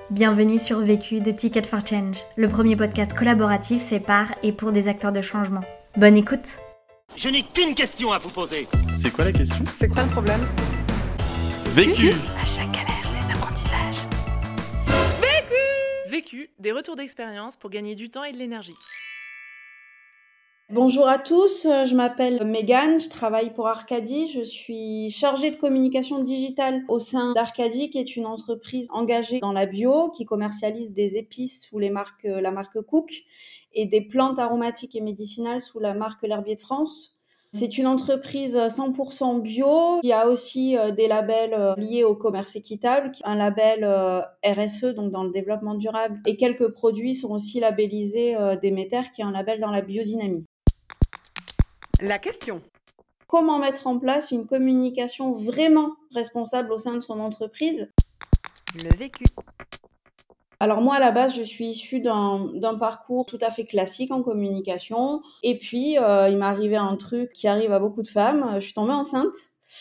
Bienvenue sur Vécu de Ticket for Change, le premier podcast collaboratif fait par et pour des acteurs de changement. Bonne écoute. Je n'ai qu'une question à vous poser. C'est quoi la question ? C'est quoi le problème ? Vécu. À chaque galère, des apprentissages. Vécu, des retours d'expérience pour gagner du temps et de l'énergie. Bonjour à tous, je m'appelle Mégane, je travaille pour Arcadie, je suis chargée de communication digitale au sein d'Arcadie, qui est une entreprise engagée dans la bio, qui commercialise des épices sous la marque Cook et des plantes aromatiques et médicinales sous la marque L'Herbier de France. C'est une entreprise 100% bio qui a aussi des labels liés au commerce équitable, un label RSE, donc dans le développement durable, et quelques produits sont aussi labellisés Déméter, qui est un label dans la biodynamie. La question. Comment mettre en place une communication vraiment responsable au sein de son entreprise ? Le vécu. Alors moi, à la base, je suis issue d'un parcours tout à fait classique en communication. Et puis, il m'est arrivé un truc qui arrive à beaucoup de femmes. Je suis tombée enceinte.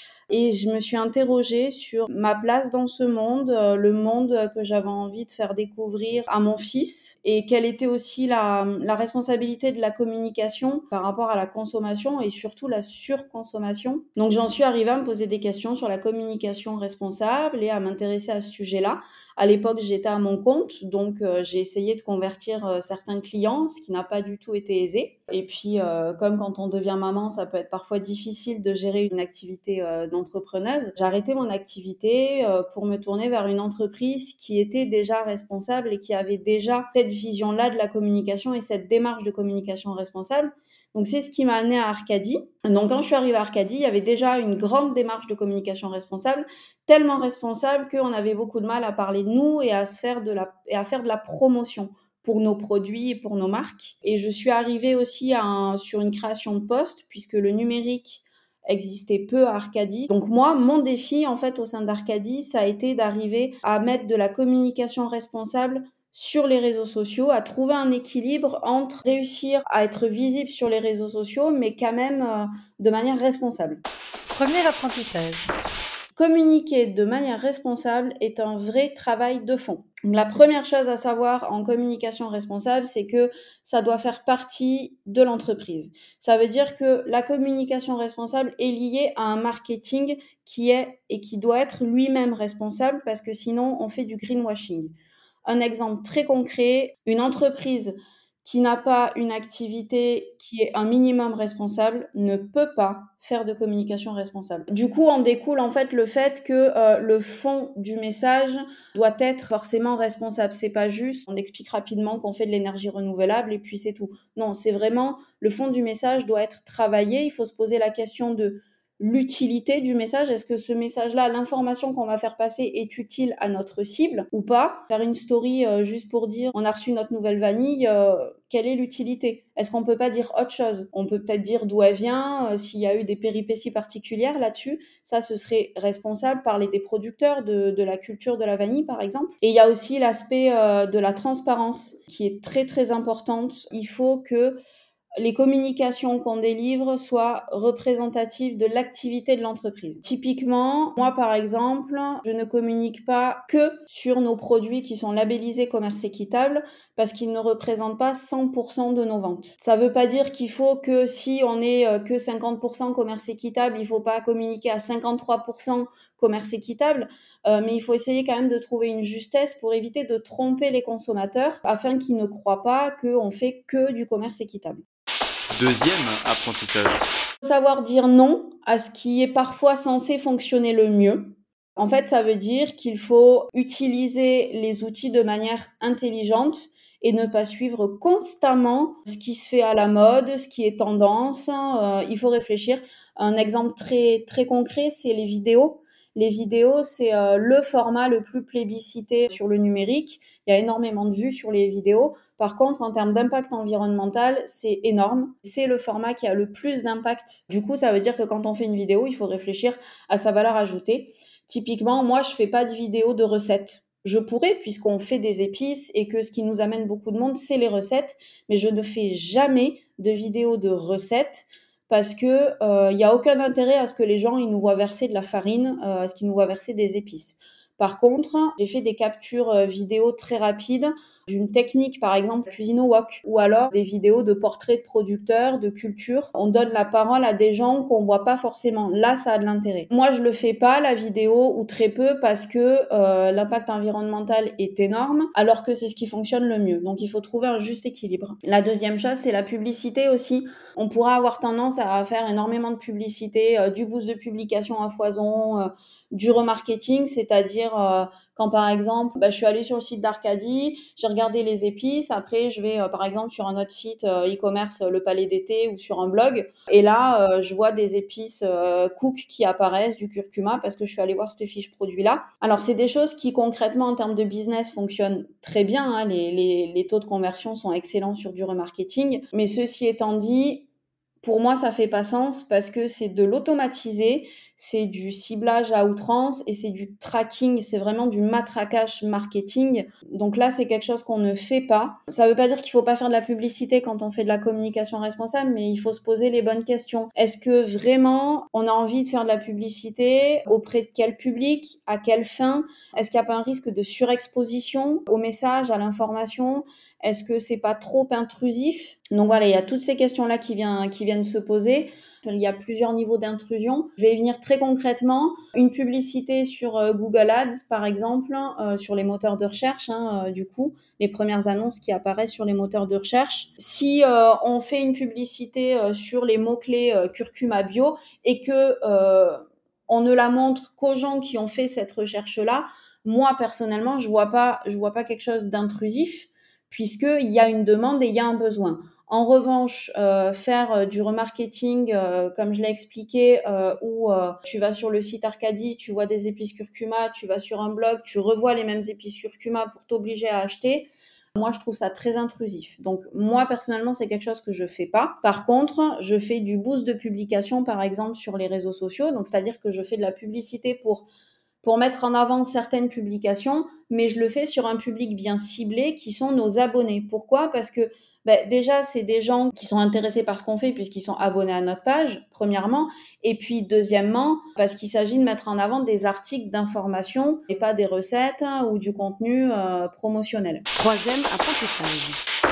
Et je me suis interrogée sur ma place dans ce monde, le monde que j'avais envie de faire découvrir à mon fils, et quelle était aussi la responsabilité de la communication par rapport à la consommation et surtout la surconsommation. Donc j'en suis arrivée à me poser des questions sur la communication responsable et à m'intéresser à ce sujet-là. À l'époque, j'étais à mon compte, donc j'ai essayé de convertir certains clients, ce qui n'a pas du tout été aisé. Et puis, comme quand on devient maman, ça peut être parfois difficile de gérer une activité d'entrepreneuse. J'ai arrêté mon activité pour me tourner vers une entreprise qui était déjà responsable et qui avait déjà cette vision-là de la communication et cette démarche de communication responsable. Donc, c'est ce qui m'a amenée à Arcadie. Donc, quand je suis arrivée à Arcadie, il y avait déjà une grande démarche de communication responsable, tellement responsable qu'on avait beaucoup de mal à parler de nous et à faire de la promotion pour nos produits et pour nos marques. Et je suis arrivée aussi sur une création de poste, puisque le numérique existait peu à Arcadie. Donc moi, mon défi, en fait, au sein d'Arcadie, ça a été d'arriver à mettre de la communication responsable sur les réseaux sociaux, à trouver un équilibre entre réussir à être visible sur les réseaux sociaux, mais quand même de manière responsable. Premier apprentissage. Communiquer de manière responsable est un vrai travail de fond. Donc, la première chose à savoir en communication responsable, c'est que ça doit faire partie de l'entreprise. Ça veut dire que la communication responsable est liée à un marketing qui est et qui doit être lui-même responsable, parce que sinon on fait du greenwashing. Un exemple très concret, une entreprise qui n'a pas une activité qui est un minimum responsable ne peut pas faire de communication responsable. Du coup, en découle en fait le fait que le fond du message doit être forcément responsable. C'est pas juste, on explique rapidement qu'on fait de l'énergie renouvelable et puis c'est tout. Non, c'est vraiment, le fond du message doit être travaillé. Il faut se poser la question de l'utilité du message. Est-ce que ce message-là, l'information qu'on va faire passer est utile à notre cible ou pas ? Faire une story juste pour dire on a reçu notre nouvelle vanille, quelle est l'utilité ? Est-ce qu'on peut pas dire autre chose ? On peut peut-être dire d'où elle vient, s'il y a eu des péripéties particulières là-dessus. Ça, ce serait responsable, parler des producteurs, de la culture de la vanille par exemple. Et il y a aussi l'aspect de la transparence qui est très très importante. Il faut que les communications qu'on délivre soient représentatives de l'activité de l'entreprise. Typiquement, moi par exemple, je ne communique pas que sur nos produits qui sont labellisés commerce équitable parce qu'ils ne représentent pas 100% de nos ventes. Ça veut pas dire qu'il faut que si on est que 50% commerce équitable, il faut pas communiquer à 53% commerce équitable, mais il faut essayer quand même de trouver une justesse pour éviter de tromper les consommateurs afin qu'ils ne croient pas qu'on fait que du commerce équitable. Deuxième apprentissage. Savoir dire non à ce qui est parfois censé fonctionner le mieux. En fait, ça veut dire qu'il faut utiliser les outils de manière intelligente et ne pas suivre constamment ce qui se fait à la mode, ce qui est tendance. Il faut réfléchir. Un exemple très, très concret, c'est les vidéos. Les vidéos, c'est le format le plus plébiscité sur le numérique. Il y a énormément de vues sur les vidéos. Par contre, en termes d'impact environnemental, c'est énorme. C'est le format qui a le plus d'impact. Du coup, ça veut dire que quand on fait une vidéo, il faut réfléchir à sa valeur ajoutée. Typiquement, moi, je fais pas de vidéos de recettes. Je pourrais, puisqu'on fait des épices et que ce qui nous amène beaucoup de monde, c'est les recettes. Mais je ne fais jamais de vidéos de recettes parce que y a aucun intérêt à ce que les gens ils nous voient verser de la farine, à ce qu'ils nous voient verser des épices. Par contre, j'ai fait des captures vidéo très rapides d'une technique, par exemple, cuisine au wok, ou alors des vidéos de portraits de producteurs, de culture. On donne la parole à des gens qu'on voit pas forcément. Là, ça a de l'intérêt. Moi, je le fais pas, la vidéo, ou très peu, parce que l'impact environnemental est énorme, alors que c'est ce qui fonctionne le mieux. Donc, il faut trouver un juste équilibre. La deuxième chose, c'est la publicité aussi. On pourra avoir tendance à faire énormément de publicité, du boost de publication à foison, du remarketing, c'est-à-dire quand par exemple, je suis allée sur le site d'Arcadie, j'ai regardé les épices, après je vais par exemple sur un autre site e-commerce, le Palais d'été, ou sur un blog, et là je vois des épices cook qui apparaissent, du curcuma, parce que je suis allée voir cette fiche produit-là. Alors c'est des choses qui concrètement en termes de business fonctionnent très bien, hein, les taux de conversion sont excellents sur du remarketing, mais ceci étant dit, pour moi, ça fait pas sens parce que c'est de l'automatisé, c'est du ciblage à outrance et c'est du tracking, c'est vraiment du matraquage marketing. Donc là, c'est quelque chose qu'on ne fait pas. Ça veut pas dire qu'il faut pas faire de la publicité quand on fait de la communication responsable, mais il faut se poser les bonnes questions. Est-ce que vraiment on a envie de faire de la publicité? Auprès de quel public? À quelle fin? Est-ce qu'il n'y a pas un risque de surexposition au message, à l'information? Est-ce que c'est pas trop intrusif? Donc voilà, il y a toutes ces questions-là qui viennent se poser. Il y a plusieurs niveaux d'intrusion. Je vais y venir très concrètement. Une publicité sur Google Ads, par exemple, sur les moteurs de recherche, du coup, les premières annonces qui apparaissent sur les moteurs de recherche. Si on fait une publicité sur les mots-clés curcuma bio et que on ne la montre qu'aux gens qui ont fait cette recherche-là, moi, personnellement, je vois pas quelque chose d'intrusif, puisqu'il y a une demande et il y a un besoin. En revanche, faire du remarketing, comme je l'ai expliqué, où tu vas sur le site Arcadie, tu vois des épices curcuma, tu vas sur un blog, tu revois les mêmes épices curcuma pour t'obliger à acheter, moi, je trouve ça très intrusif. Donc, moi, personnellement, c'est quelque chose que je fais pas. Par contre, je fais du boost de publication, par exemple, sur les réseaux sociaux. Donc, c'est-à-dire que je fais de la publicité pour mettre en avant certaines publications, mais je le fais sur un public bien ciblé qui sont nos abonnés. Pourquoi ? Parce que déjà, c'est des gens qui sont intéressés par ce qu'on fait puisqu'ils sont abonnés à notre page, premièrement, et puis deuxièmement, parce qu'il s'agit de mettre en avant des articles d'information et pas des recettes ou du contenu promotionnel. Troisième apprentissage.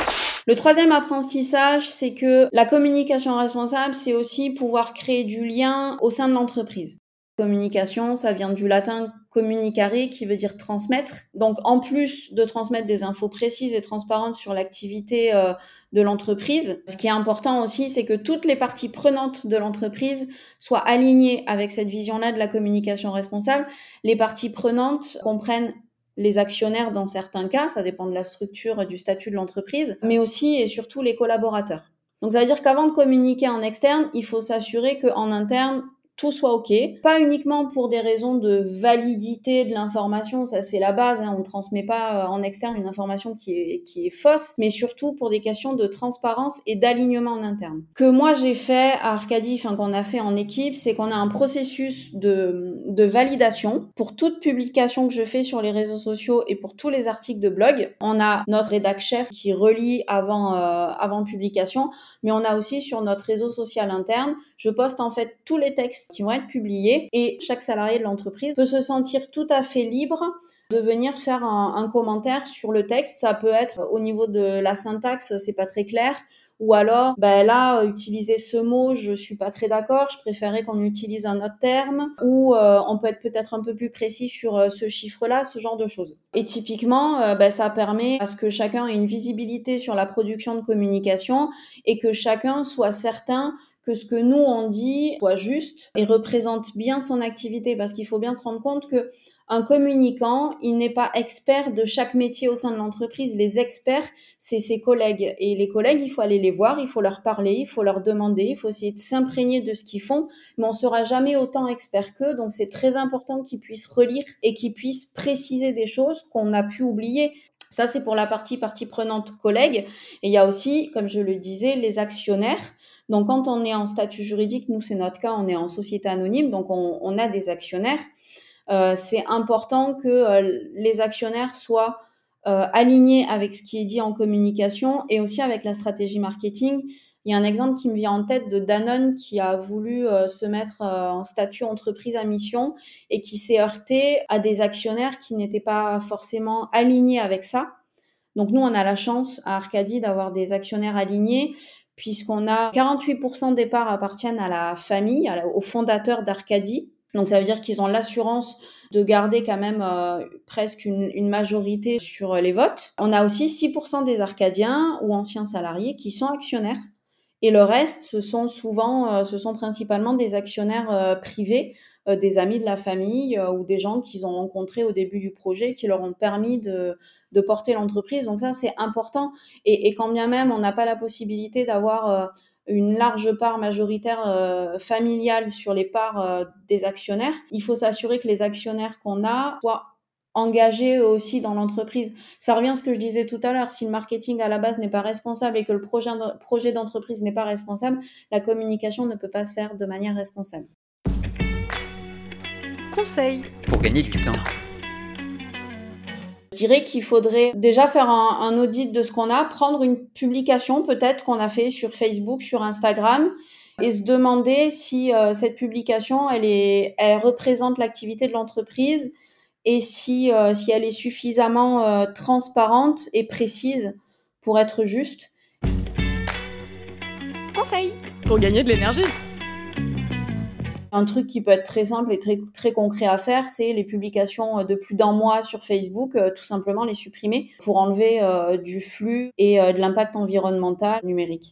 Le troisième apprentissage, c'est que la communication responsable, c'est aussi pouvoir créer du lien au sein de l'entreprise. Communication, ça vient du latin communicare, qui veut dire transmettre. Donc, en plus de transmettre des infos précises et transparentes sur l'activité de l'entreprise, ce qui est important aussi, c'est que toutes les parties prenantes de l'entreprise soient alignées avec cette vision-là de la communication responsable. Les parties prenantes comprennent les actionnaires dans certains cas, ça dépend de la structure et du statut de l'entreprise, mais aussi et surtout les collaborateurs. Donc, ça veut dire qu'avant de communiquer en externe, il faut s'assurer qu'en interne, tout soit OK. Pas uniquement pour des raisons de validité de l'information, ça c'est la base, on ne transmet pas en externe une information qui est fausse, mais surtout pour des questions de transparence et d'alignement en interne. Que moi j'ai fait à Arcadie, qu'on a fait en équipe, c'est qu'on a un processus de validation pour toute publication que je fais sur les réseaux sociaux et pour tous les articles de blog. On a notre rédac chef qui relie avant publication, mais on a aussi sur notre réseau social interne, je poste en fait tous les textes qui vont être publiés et chaque salarié de l'entreprise peut se sentir tout à fait libre de venir faire un commentaire sur le texte. Ça peut être au niveau de la syntaxe, c'est pas très clair, ou alors là utiliser ce mot, je suis pas très d'accord, je préférais qu'on utilise un autre terme, ou on peut être peut-être un peu plus précis sur ce chiffre-là, ce genre de choses. Et typiquement, ça permet à ce que chacun ait une visibilité sur la production de communication et que chacun soit certain que ce que nous on dit soit juste et représente bien son activité, parce qu'il faut bien se rendre compte que un communicant, il n'est pas expert de chaque métier au sein de l'entreprise. Les experts, c'est ses collègues. Et les collègues, il faut aller les voir, il faut leur parler, il faut leur demander, il faut essayer de s'imprégner de ce qu'ils font, mais on sera jamais autant expert qu'eux. Donc c'est très important qu'ils puissent relire et qu'ils puissent préciser des choses qu'on a pu oublier. Ça, c'est pour la partie prenante collègues. Et il y a aussi, comme je le disais, les actionnaires. Donc, quand on est en statut juridique, nous, c'est notre cas, on est en société anonyme, donc on a des actionnaires. C'est important que les actionnaires soient alignés avec ce qui est dit en communication et aussi avec la stratégie marketing. Il y a un exemple qui me vient en tête de Danone qui a voulu se mettre en statut entreprise à mission et qui s'est heurté à des actionnaires qui n'étaient pas forcément alignés avec ça. Donc nous, on a la chance à Arcadie d'avoir des actionnaires alignés puisqu'on a 48% des parts appartiennent à la famille, aux fondateurs d'Arcadie. Donc ça veut dire qu'ils ont l'assurance de garder quand même presque une majorité sur les votes. On a aussi 6% des Arcadiens ou anciens salariés qui sont actionnaires. Et le reste, ce sont principalement des actionnaires privés, des amis de la famille ou des gens qu'ils ont rencontrés au début du projet qui leur ont permis de porter l'entreprise. Donc ça, c'est important. Et quand bien même on n'a pas la possibilité d'avoir une large part majoritaire familiale sur les parts des actionnaires, il faut s'assurer que les actionnaires qu'on a soient engagés eux aussi dans l'entreprise. Ça revient à ce que je disais tout à l'heure, si le marketing à la base n'est pas responsable et que le projet d'entreprise n'est pas responsable, la communication ne peut pas se faire de manière responsable. Conseil Pour gagner du temps. Je dirais qu'il faudrait déjà faire un audit de ce qu'on a, prendre une publication peut-être qu'on a fait sur Facebook, sur Instagram, et se demander si cette publication, elle représente l'activité de l'entreprise et si elle est suffisamment transparente et précise pour être juste. Conseil pour gagner de l'énergie. Un truc qui peut être très simple et très, très concret à faire, c'est les publications de plus d'un mois sur Facebook, tout simplement les supprimer pour enlever du flux et de l'impact environnemental numérique.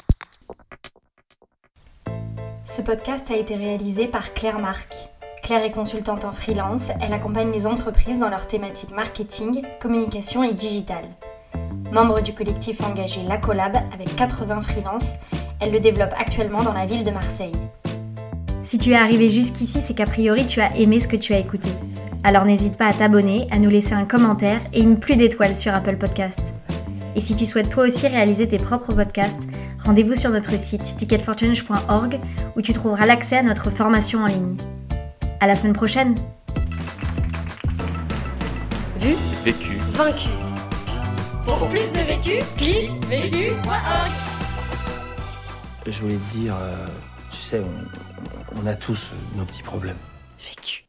Ce podcast a été réalisé par Claire Marc. Claire est consultante en freelance, elle accompagne les entreprises dans leurs thématiques marketing, communication et digital. Membre du collectif engagé La Collab avec 80 freelances, elle le développe actuellement dans la ville de Marseille. Si tu es arrivé jusqu'ici, c'est qu'a priori tu as aimé ce que tu as écouté. Alors n'hésite pas à t'abonner, à nous laisser un commentaire et une pluie d'étoiles sur Apple Podcast. Et si tu souhaites toi aussi réaliser tes propres podcasts, rendez-vous sur notre site ticketforchange.org où tu trouveras l'accès à notre formation en ligne. À la semaine prochaine. Vu, Vécu. vaincu. Pour plus de vécu, clique vécu.org. Je voulais te dire, tu sais, on a tous nos petits problèmes. Vécu.